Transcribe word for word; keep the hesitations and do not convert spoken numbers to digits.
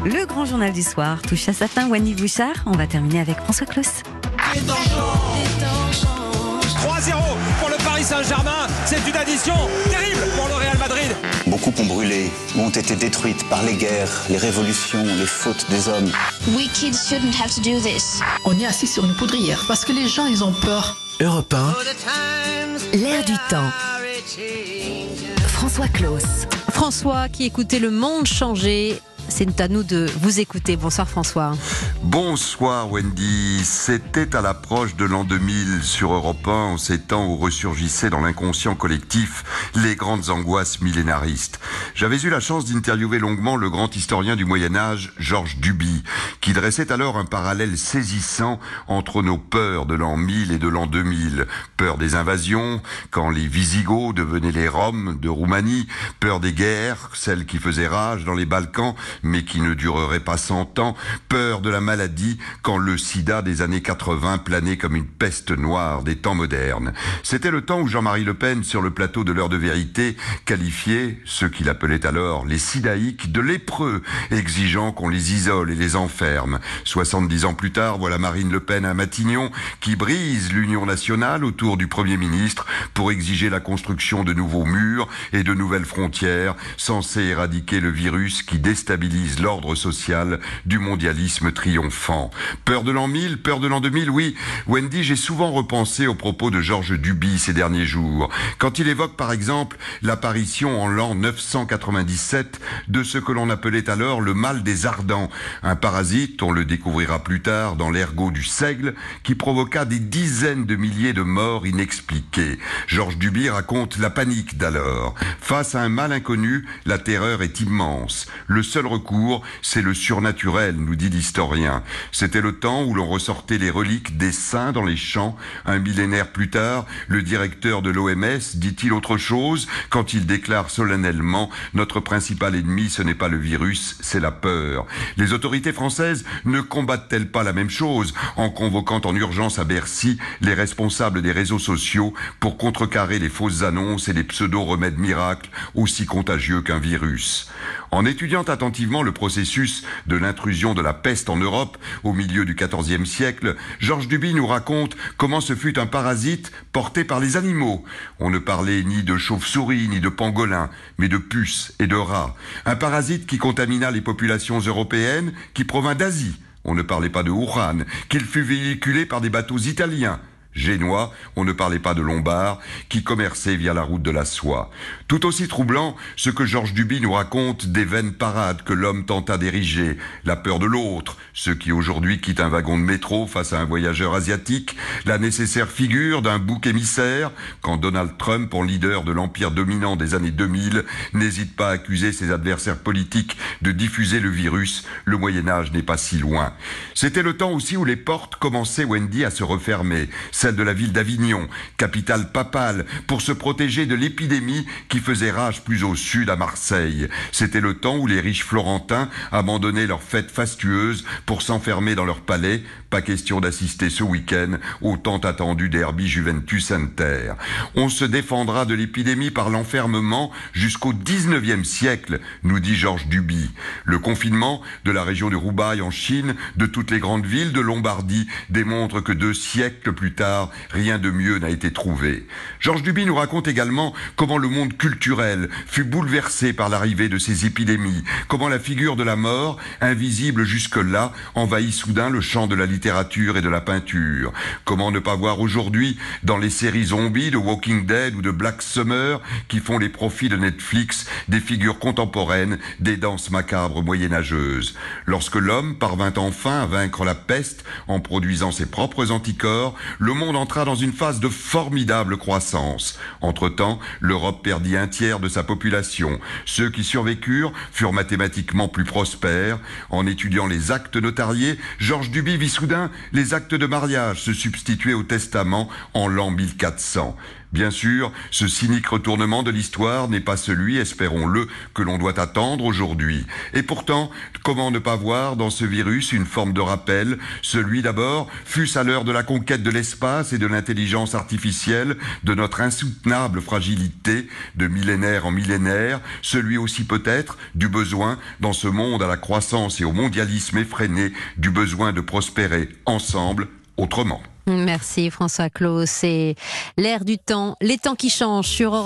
Le grand journal du soir touche à sa fin. Wendy Bouchard, on va terminer avec François Claus. trois zéro pour le Paris Saint-Germain. C'est une addition terrible pour le Real Madrid. Beaucoup ont brûlé, ont été détruites par les guerres, les révolutions, les fautes des hommes. We kids shouldn't have to do this. On est assis sur une poudrière parce que les gens, ils ont peur. Europe un. L'air du temps. François Claus. François qui écoutait le monde changer. C'est à nous de vous écouter. Bonsoir François. Bonsoir Wendy. C'était à l'approche de l'an deux mille sur Europe un, en ces temps où ressurgissaient dans l'inconscient collectif les grandes angoisses millénaristes. J'avais eu la chance d'interviewer longuement le grand historien du Moyen-Âge, Georges Duby, qui dressait alors un parallèle saisissant entre nos peurs de l'an mille et de l'an deux mille. Peur des invasions, quand les Visigoths devenaient les Roms de Roumanie, peur des guerres, celles qui faisaient rage dans les Balkans, mais qui ne durerait pas cent ans, peur de la maladie quand le sida des années quatre-vingts planait comme une peste noire des temps modernes. C'était le temps où Jean-Marie Le Pen, sur le plateau de l'heure de vérité, qualifiait ceux qu'il appelait alors les sidaïques de lépreux, exigeant qu'on les isole et les enferme. soixante-dix ans plus tard, voilà Marine Le Pen à Matignon qui brise l'union nationale autour du Premier ministre pour exiger la construction de nouveaux murs et de nouvelles frontières censées éradiquer le virus qui déstabilise l'ordre social du mondialisme triomphant. Peur de l'an mille, peur de l'an deux mille, oui. Wendy, j'ai souvent repensé aux propos de Georges Duby ces derniers jours. Quand il évoque par exemple l'apparition en l'an neuf cent quatre-vingt-dix-sept de ce que l'on appelait alors le mal des Ardents, un parasite, on le découvrira plus tard dans l'ergot du seigle, qui provoqua des dizaines de milliers de morts inexpliquées. Georges Duby raconte la panique d'alors. Face à un mal inconnu, la terreur est immense. Le seul recours, c'est le surnaturel, nous dit l'historien. C'était le temps où l'on ressortait les reliques des saints dans les champs. Un millénaire plus tard, le directeur de l'O M S dit-il autre chose quand il déclare solennellement « Notre principal ennemi, ce n'est pas le virus, c'est la peur ». Les autorités françaises ne combattent-elles pas la même chose en convoquant en urgence à Bercy les responsables des réseaux sociaux pour contrecarrer les fausses annonces et les pseudo-remèdes miracles aussi contagieux qu'un virus ? En étudiant attentivement le processus de l'intrusion de la peste en Europe au milieu du quatorzième siècle, Georges Duby nous raconte comment ce fut un parasite porté par les animaux. On ne parlait ni de chauve-souris ni de pangolin, mais de puces et de rats. Un parasite qui contamina les populations européennes qui provint d'Asie. On ne parlait pas de Wuhan, qu'il fut véhiculé par des bateaux italiens. Génois, on ne parlait pas de Lombards, qui commerçaient via la route de la soie. Tout aussi troublant, ce que Georges Duby nous raconte des vaines parades que l'homme tenta d'ériger, la peur de l'autre, ceux qui aujourd'hui quittent un wagon de métro face à un voyageur asiatique, la nécessaire figure d'un bouc émissaire, quand Donald Trump, en leader de l'empire dominant des années deux mille, n'hésite pas à accuser ses adversaires politiques de diffuser le virus, le Moyen-Âge n'est pas si loin. C'était le temps aussi où les portes commençaient, Wendy, à se refermer, celle de la ville d'Avignon, capitale papale, pour se protéger de l'épidémie qui faisait rage plus au sud à Marseille. C'était le temps où les riches florentins abandonnaient leurs fêtes fastueuses pour s'enfermer dans leur palais. Pas question d'assister ce week-end au tant attendu derby Juventus Inter. On se défendra de l'épidémie par l'enfermement jusqu'au dix-neuvième siècle, nous dit Georges Duby. Le confinement de la région de Roubaix en Chine, de toutes les grandes villes de Lombardie, démontre que deux siècles plus tard, rien de mieux n'a été trouvé. Georges Duby nous raconte également comment le monde culturel fut bouleversé par l'arrivée de ces épidémies, comment la figure de la mort, invisible jusque-là, envahit soudain le champ de la littérature et de la peinture. Comment ne pas voir aujourd'hui, dans les séries zombies de Walking Dead ou de Black Summer, qui font les profits de Netflix, des figures contemporaines, des danses macabres moyenâgeuses. Lorsque l'homme parvint enfin à vaincre la peste en produisant ses propres anticorps, le monde entra dans une phase de formidable croissance. Entre-temps, l'Europe perdit un tiers de sa population. Ceux qui survécurent furent mathématiquement plus prospères. En étudiant les actes notariés, Georges Duby vit soudain les actes de mariage se substituer au testament en l'an mille quatre cents. Bien sûr, ce cynique retournement de l'histoire n'est pas celui, espérons-le, que l'on doit attendre aujourd'hui. Et pourtant, comment ne pas voir dans ce virus une forme de rappel, celui d'abord, fût-ce à l'heure de la conquête de l'espace et de l'intelligence artificielle, de notre insoutenable fragilité, de millénaire en millénaire, celui aussi peut-être du besoin, dans ce monde à la croissance et au mondialisme effréné, du besoin de prospérer ensemble, autrement. Merci François Claus. C'est l'ère du temps, les temps qui changent sur Europe.